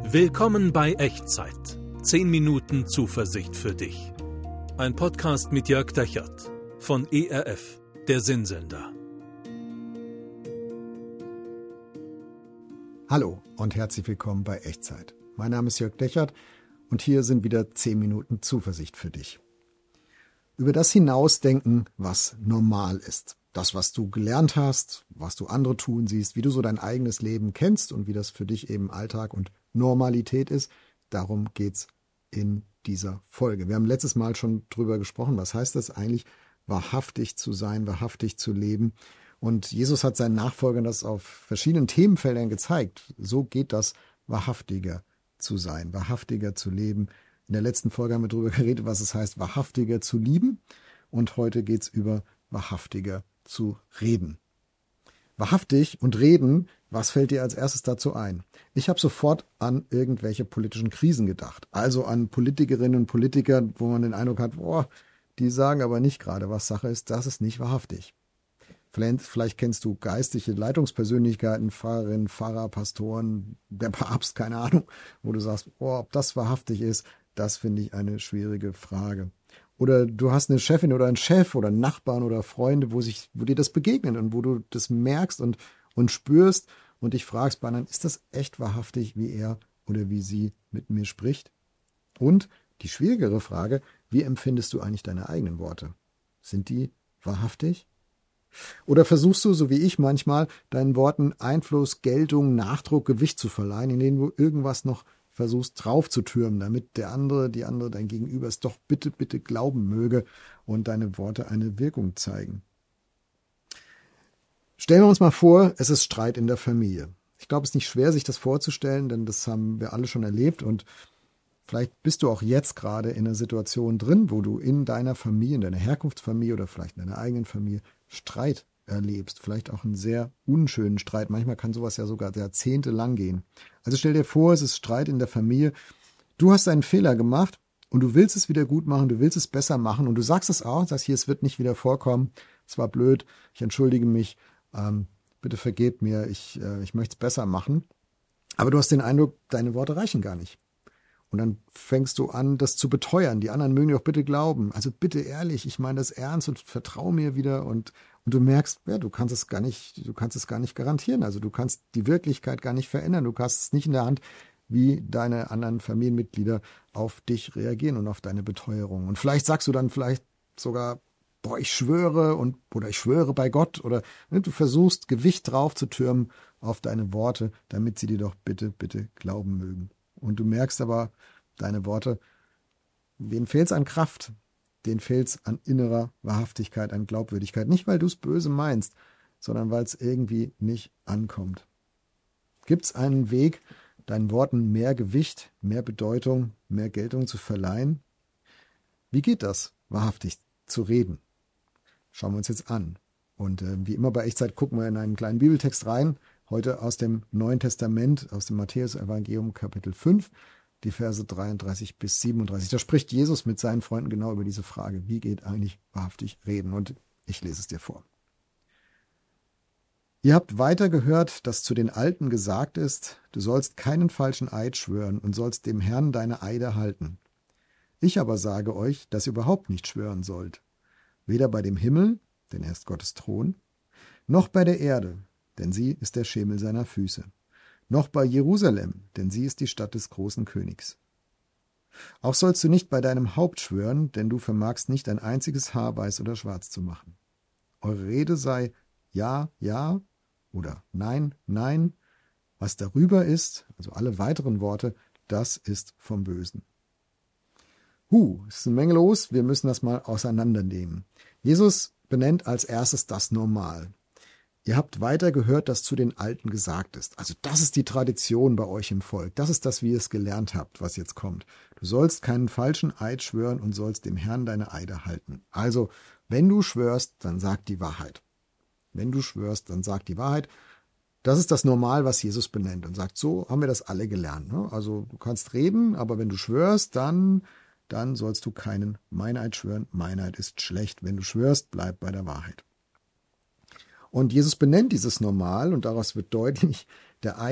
Willkommen bei Echtzeit. 10 Minuten Zuversicht für dich. Ein Podcast mit Jörg Dechert von ERF, der Sinnsender. Hallo und herzlich willkommen bei Echtzeit. Mein Name ist Jörg Dechert und hier sind wieder 10 Minuten Zuversicht für dich. Über das hinausdenken, was normal ist. Das, was du gelernt hast, was du andere tun siehst, wie du so dein eigenes Leben kennst und wie das für dich eben Alltag und Normalität ist, darum geht's in dieser Folge. Wir haben letztes Mal schon drüber gesprochen, was heißt das eigentlich, wahrhaftig zu sein, wahrhaftig zu leben. Und Jesus hat seinen Nachfolgern das auf verschiedenen Themenfeldern gezeigt. So geht das, wahrhaftiger zu sein, wahrhaftiger zu leben. In der letzten Folge haben wir darüber geredet, was es heißt, wahrhaftiger zu lieben. Und heute geht's über wahrhaftiger zu reden. Wahrhaftig und reden, was fällt dir als erstes dazu ein? Ich habe sofort an irgendwelche politischen Krisen gedacht. Also an Politikerinnen und Politiker, wo man den Eindruck hat, die sagen aber nicht gerade, was Sache ist. Das ist nicht wahrhaftig. Vielleicht kennst du geistliche Leitungspersönlichkeiten, Pfarrerinnen, Pfarrer, Pastoren, der Papst, keine Ahnung, wo du sagst, ob das wahrhaftig ist, das finde ich eine schwierige Frage. Oder du hast eine Chefin oder einen Chef oder Nachbarn oder Freunde, wo dir das begegnet und wo du das merkst und spürst und dich fragst, ist das echt wahrhaftig, wie er oder wie sie mit mir spricht? Und die schwierigere Frage, wie empfindest du eigentlich deine eigenen Worte? Sind die wahrhaftig? Oder versuchst du, so wie ich manchmal, deinen Worten Einfluss, Geltung, Nachdruck, Gewicht zu verleihen, indem du irgendwas noch versuchst drauf zu türmen, damit die andere, dein Gegenüber es doch bitte glauben möge und deine Worte eine Wirkung zeigen. Stellen wir uns mal vor, es ist Streit in der Familie. Ich glaube, es ist nicht schwer, sich das vorzustellen, denn das haben wir alle schon erlebt und vielleicht bist du auch jetzt gerade in einer Situation drin, wo du in deiner Familie, in deiner Herkunftsfamilie oder vielleicht in deiner eigenen Familie Streit erlebst. Vielleicht auch einen sehr unschönen Streit. Manchmal kann sowas ja sogar jahrzehntelang gehen. Also stell dir vor, es ist Streit in der Familie. Du hast einen Fehler gemacht und du willst es wieder gut machen, du willst es besser machen und du sagst es auch, sagst hier, es wird nicht wieder vorkommen. Es war blöd, ich entschuldige mich, bitte vergebt mir, ich möchte es besser machen. Aber du hast den Eindruck, deine Worte reichen gar nicht. Und dann fängst du an, das zu beteuern. Die anderen mögen dir auch bitte glauben. Also bitte ehrlich, ich meine das ernst und vertrau mir wieder. Und du merkst, du kannst es gar nicht garantieren. Also du kannst die Wirklichkeit gar nicht verändern. Du hast es nicht in der Hand, wie deine anderen Familienmitglieder auf dich reagieren und auf deine Beteuerung. Und vielleicht sagst du dann sogar, ich schwöre oder ich schwöre bei Gott. Oder du versuchst, Gewicht drauf zu türmen auf deine Worte, damit sie dir doch bitte glauben mögen. Und du merkst aber, deine Worte, denen fehlt es an Kraft, denen fehlt es an innerer Wahrhaftigkeit, an Glaubwürdigkeit. Nicht, weil du es böse meinst, sondern weil es irgendwie nicht ankommt. Gibt es einen Weg, deinen Worten mehr Gewicht, mehr Bedeutung, mehr Geltung zu verleihen? Wie geht das, wahrhaftig zu reden? Schauen wir uns jetzt an. Und wie immer bei Echtzeit gucken wir in einen kleinen Bibeltext rein. Heute aus dem Neuen Testament, aus dem Matthäus-Evangelium, Kapitel 5, die Verse 33 bis 37. Da spricht Jesus mit seinen Freunden genau über diese Frage. Wie geht eigentlich wahrhaftig reden? Und ich lese es dir vor. Ihr habt weiter gehört, dass zu den Alten gesagt ist, du sollst keinen falschen Eid schwören und sollst dem Herrn deine Eide halten. Ich aber sage euch, dass ihr überhaupt nicht schwören sollt. Weder bei dem Himmel, denn er ist Gottes Thron, noch bei der Erde, denn sie ist der Schemel seiner Füße, noch bei Jerusalem, denn sie ist die Stadt des großen Königs. Auch sollst du nicht bei deinem Haupt schwören, denn du vermagst nicht ein einziges Haar weiß oder schwarz zu machen. Eure Rede sei ja, ja oder nein, nein. Was darüber ist, also alle weiteren Worte, das ist vom Bösen. Es ist eine Menge los, wir müssen das mal auseinandernehmen. Jesus benennt als erstes das Normal. Ihr habt weiter gehört, dass zu den Alten gesagt ist. Also das ist die Tradition bei euch im Volk. Das ist das, wie ihr es gelernt habt, was jetzt kommt. Du sollst keinen falschen Eid schwören und sollst dem Herrn deine Eide halten. Also, wenn du schwörst, dann sag die Wahrheit. Wenn du schwörst, dann sag die Wahrheit. Das ist das Normal, was Jesus benennt und sagt, so haben wir das alle gelernt. Ne? Also du kannst reden, aber wenn du schwörst, dann sollst du keinen Meineid schwören. Meineid ist schlecht. Wenn du schwörst, bleib bei der Wahrheit. Und Jesus benennt dieses Normal und daraus wird deutlich, der Eid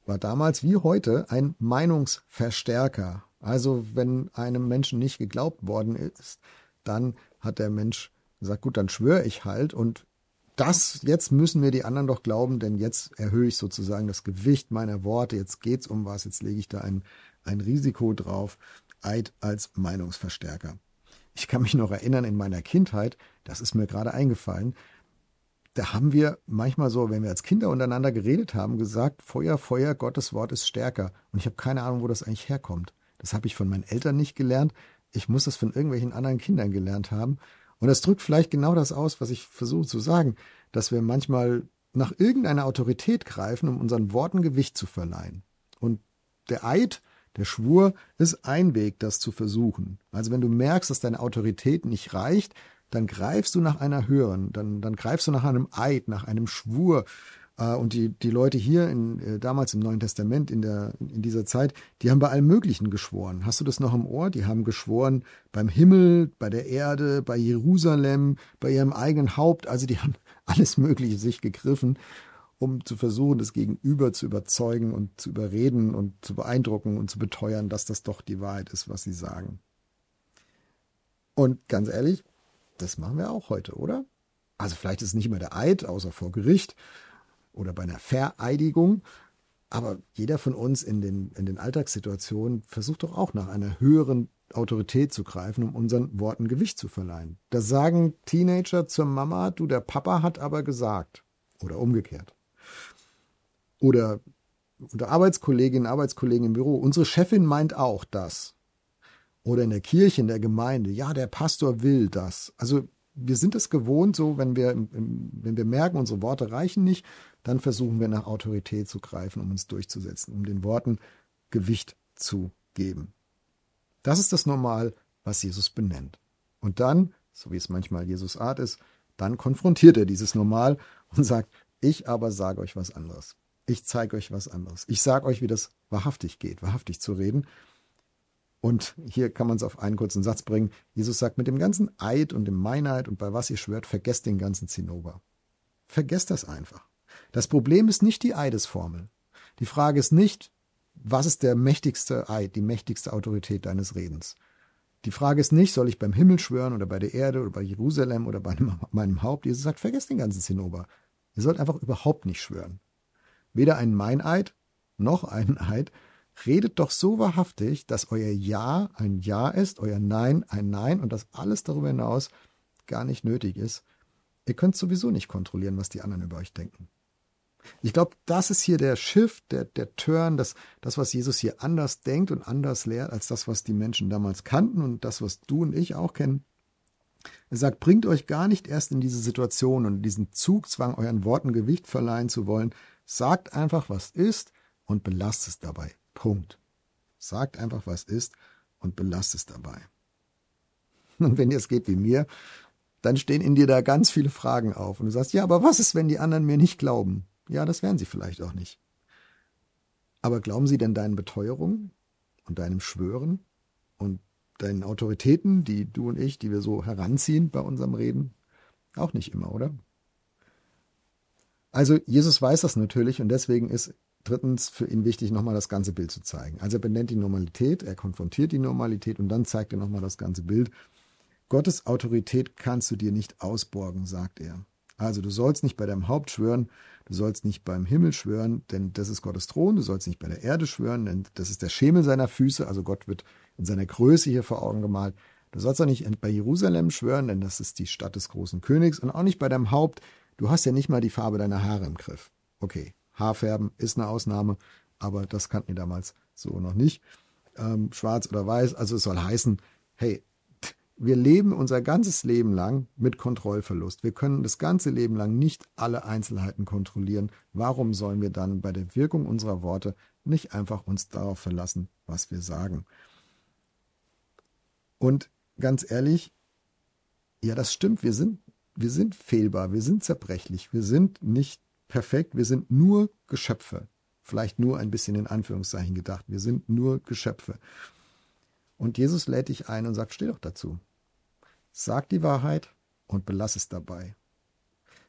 war damals wie heute ein Meinungsverstärker. Also wenn einem Menschen nicht geglaubt worden ist, dann hat der Mensch gesagt, gut, dann schwöre ich halt und jetzt müssen mir die anderen doch glauben, denn jetzt erhöhe ich sozusagen das Gewicht meiner Worte, jetzt geht's um was, jetzt lege ich da ein Risiko drauf, Eid als Meinungsverstärker. Ich kann mich noch erinnern, in meiner Kindheit, das ist mir gerade eingefallen, da haben wir manchmal so, wenn wir als Kinder untereinander geredet haben, gesagt, Feuer, Feuer, Gottes Wort ist stärker. Und ich habe keine Ahnung, wo das eigentlich herkommt. Das habe ich von meinen Eltern nicht gelernt. Ich muss das von irgendwelchen anderen Kindern gelernt haben. Und das drückt vielleicht genau das aus, was ich versuche zu sagen, dass wir manchmal nach irgendeiner Autorität greifen, um unseren Worten Gewicht zu verleihen. Und der Eid, der Schwur, ist ein Weg, das zu versuchen. Also wenn du merkst, dass deine Autorität nicht reicht, dann greifst du nach einer höheren, dann greifst du nach einem Eid, nach einem Schwur. Und die Leute hier damals im Neuen Testament, in dieser Zeit, die haben bei allem Möglichen geschworen. Hast du das noch im Ohr? Die haben geschworen beim Himmel, bei der Erde, bei Jerusalem, bei ihrem eigenen Haupt. Also die haben alles Mögliche sich gegriffen, um zu versuchen, das Gegenüber zu überzeugen und zu überreden und zu beeindrucken und zu beteuern, dass das doch die Wahrheit ist, was sie sagen. Und ganz ehrlich, das machen wir auch heute, oder? Also vielleicht ist es nicht immer der Eid, außer vor Gericht oder bei einer Vereidigung, aber jeder von uns in den Alltagssituationen versucht doch auch nach einer höheren Autorität zu greifen, um unseren Worten Gewicht zu verleihen. Da sagen Teenager zur Mama, du, der Papa hat aber gesagt. Oder umgekehrt. Oder unter Arbeitskolleginnen und Arbeitskollegen im Büro, unsere Chefin meint auch das. Oder in der Kirche, in der Gemeinde, ja, der Pastor will das. Also wir sind es gewohnt, so wenn wir merken, unsere Worte reichen nicht, dann versuchen wir nach Autorität zu greifen, um uns durchzusetzen, um den Worten Gewicht zu geben. Das ist das Normal, was Jesus benennt. Und dann, so wie es manchmal Jesus Art ist, dann konfrontiert er dieses Normal und sagt, ich aber sage euch was anderes. Ich zeige euch was anderes. Ich sage euch, wie das wahrhaftig geht, wahrhaftig zu reden. Und hier kann man es auf einen kurzen Satz bringen. Jesus sagt, mit dem ganzen Eid und dem Meineid und bei was ihr schwört, vergesst den ganzen Zinnober. Vergesst das einfach. Das Problem ist nicht die Eidesformel. Die Frage ist nicht, was ist der mächtigste Eid, die mächtigste Autorität deines Redens. Die Frage ist nicht, soll ich beim Himmel schwören oder bei der Erde oder bei Jerusalem oder bei meinem Haupt. Jesus sagt, vergesst den ganzen Zinnober. Ihr sollt einfach überhaupt nicht schwören. Weder einen Meineid noch einen Eid. Redet doch so wahrhaftig, dass euer Ja ein Ja ist, euer Nein ein Nein und dass alles darüber hinaus gar nicht nötig ist. Ihr könnt sowieso nicht kontrollieren, was die anderen über euch denken. Ich glaube, das ist hier der Shift, der Turn, das, was Jesus hier anders denkt und anders lehrt, als das, was die Menschen damals kannten und das, was du und ich auch kennen. Er sagt, bringt euch gar nicht erst in diese Situation und diesen Zugzwang, euren Worten Gewicht verleihen zu wollen. Sagt einfach, was ist und belasst es dabei. Punkt. Sagt einfach, was ist und belasst es dabei. Und wenn dir es geht wie mir, dann stehen in dir da ganz viele Fragen auf. Und du sagst, ja, aber was ist, wenn die anderen mir nicht glauben? Ja, das werden sie vielleicht auch nicht. Aber glauben sie denn deinen Beteuerungen und deinem Schwören und deinen Autoritäten, die du und ich, die wir so heranziehen bei unserem Reden? Auch nicht immer, oder? Also Jesus weiß das natürlich und deswegen ist drittens für ihn wichtig, nochmal das ganze Bild zu zeigen. Also er benennt die Normalität, er konfrontiert die Normalität und dann zeigt er nochmal das ganze Bild. Gottes Autorität kannst du dir nicht ausborgen, sagt er. Also du sollst nicht bei deinem Haupt schwören, du sollst nicht beim Himmel schwören, denn das ist Gottes Thron, du sollst nicht bei der Erde schwören, denn das ist der Schemel seiner Füße, also Gott wird in seiner Größe hier vor Augen gemalt. Du sollst auch nicht bei Jerusalem schwören, denn das ist die Stadt des großen Königs und auch nicht bei deinem Haupt, du hast ja nicht mal die Farbe deiner Haare im Griff. Okay, Haarfärben ist eine Ausnahme, aber das kannten wir damals so noch nicht. Schwarz oder weiß, also es soll heißen, hey, wir leben unser ganzes Leben lang mit Kontrollverlust. Wir können das ganze Leben lang nicht alle Einzelheiten kontrollieren. Warum sollen wir dann bei der Wirkung unserer Worte nicht einfach uns darauf verlassen, was wir sagen? Und ganz ehrlich, ja, das stimmt, wir sind fehlbar, wir sind zerbrechlich, wir sind nicht perfekt, wir sind nur Geschöpfe. Vielleicht nur ein bisschen in Anführungszeichen gedacht, wir sind nur Geschöpfe. Und Jesus lädt dich ein und sagt, steh doch dazu. Sag die Wahrheit und belass es dabei.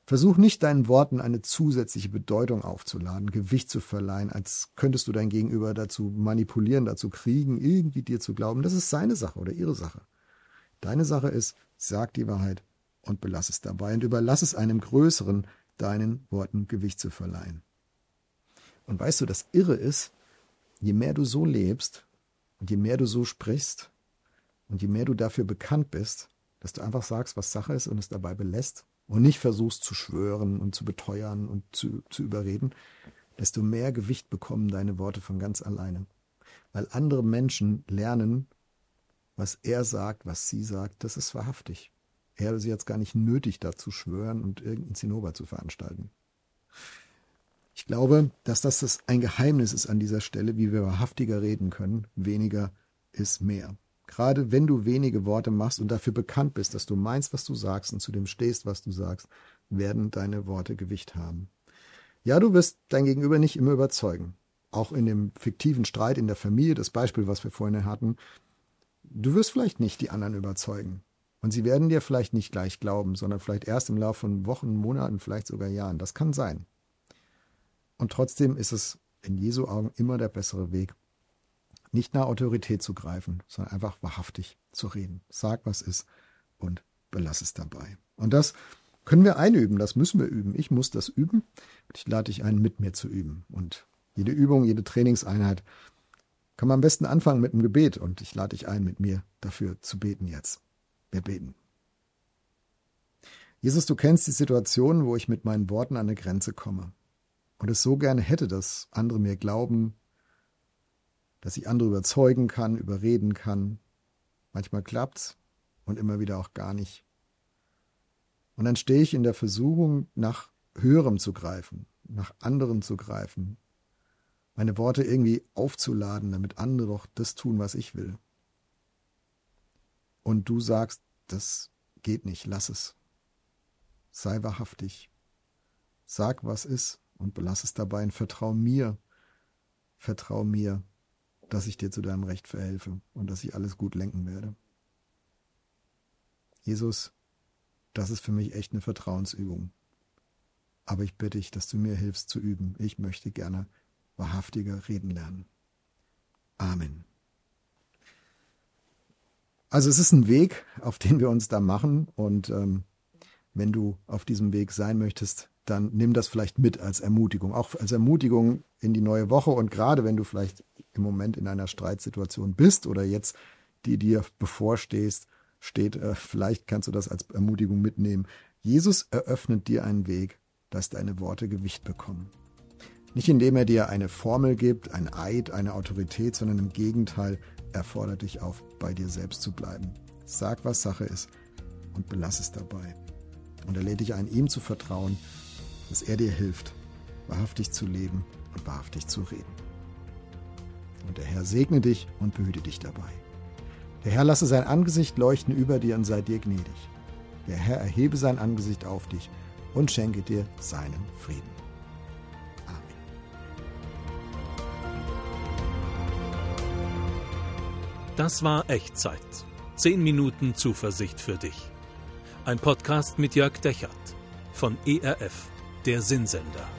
Versuch nicht, deinen Worten eine zusätzliche Bedeutung aufzuladen, Gewicht zu verleihen, als könntest du dein Gegenüber dazu manipulieren, dazu kriegen, irgendwie dir zu glauben. Das ist seine Sache oder ihre Sache. Deine Sache ist, sag die Wahrheit und belass es dabei und überlass es einem Größeren, deinen Worten Gewicht zu verleihen. Und weißt du, das Irre ist, je mehr du so lebst und je mehr du so sprichst und je mehr du dafür bekannt bist, dass du einfach sagst, was Sache ist und es dabei belässt und nicht versuchst zu schwören und zu beteuern und zu überreden, desto mehr Gewicht bekommen deine Worte von ganz alleine. Weil andere Menschen lernen, was er sagt, was sie sagt, das ist wahrhaftig. Er hat sie jetzt gar nicht nötig, da zu schwören und irgendein Zinnober zu veranstalten. Ich glaube, dass das ein Geheimnis ist an dieser Stelle, wie wir wahrhaftiger reden können. Weniger ist mehr. Gerade wenn du wenige Worte machst und dafür bekannt bist, dass du meinst, was du sagst und zu dem stehst, was du sagst, werden deine Worte Gewicht haben. Ja, du wirst dein Gegenüber nicht immer überzeugen. Auch in dem fiktiven Streit in der Familie, das Beispiel, was wir vorhin hatten, du wirst vielleicht nicht die anderen überzeugen. Und sie werden dir vielleicht nicht gleich glauben, sondern vielleicht erst im Laufe von Wochen, Monaten, vielleicht sogar Jahren. Das kann sein. Und trotzdem ist es in Jesu Augen immer der bessere Weg, nicht nach Autorität zu greifen, sondern einfach wahrhaftig zu reden. Sag, was ist und belass es dabei. Und das können wir einüben, das müssen wir üben. Ich muss das üben und ich lade dich ein, mit mir zu üben. Und jede Übung, jede Trainingseinheit kann man am besten anfangen mit einem Gebet. Und ich lade dich ein, mit mir dafür zu beten jetzt. Wir beten. Jesus, du kennst die Situation, wo ich mit meinen Worten an eine Grenze komme und es so gerne hätte, dass andere mir glauben, dass ich andere überzeugen kann, überreden kann. Manchmal klappt's und immer wieder auch gar nicht. Und dann stehe ich in der Versuchung, nach Höherem zu greifen, nach anderen zu greifen, meine Worte irgendwie aufzuladen, damit andere doch das tun, was ich will. Und du sagst, das geht nicht, lass es. Sei wahrhaftig. Sag, was ist und belass es dabei und vertrau mir, dass ich dir zu deinem Recht verhelfe und dass ich alles gut lenken werde. Jesus, das ist für mich echt eine Vertrauensübung. Aber ich bitte dich, dass du mir hilfst zu üben. Ich möchte gerne wahrhaftiger reden lernen. Amen. Also es ist ein Weg, auf den wir uns da machen und wenn du auf diesem Weg sein möchtest, dann nimm das vielleicht mit als Ermutigung, auch als Ermutigung in die neue Woche und gerade wenn du vielleicht im Moment in einer Streitsituation bist oder jetzt die dir bevorsteht, vielleicht kannst du das als Ermutigung mitnehmen. Jesus eröffnet dir einen Weg, dass deine Worte Gewicht bekommen. Nicht indem er dir eine Formel gibt, ein Eid, eine Autorität, sondern im Gegenteil, er fordert dich auf, bei dir selbst zu bleiben. Sag, was Sache ist und belass es dabei. Und er lädt dich ein, ihm zu vertrauen, dass er dir hilft, wahrhaftig zu leben und wahrhaftig zu reden. Und der Herr segne dich und behüte dich dabei. Der Herr lasse sein Angesicht leuchten über dir und sei dir gnädig. Der Herr erhebe sein Angesicht auf dich und schenke dir seinen Frieden. Amen. Das war Echtzeit. 10 Minuten Zuversicht für dich. Ein Podcast mit Jörg Dechert von ERF, der Sinnsender.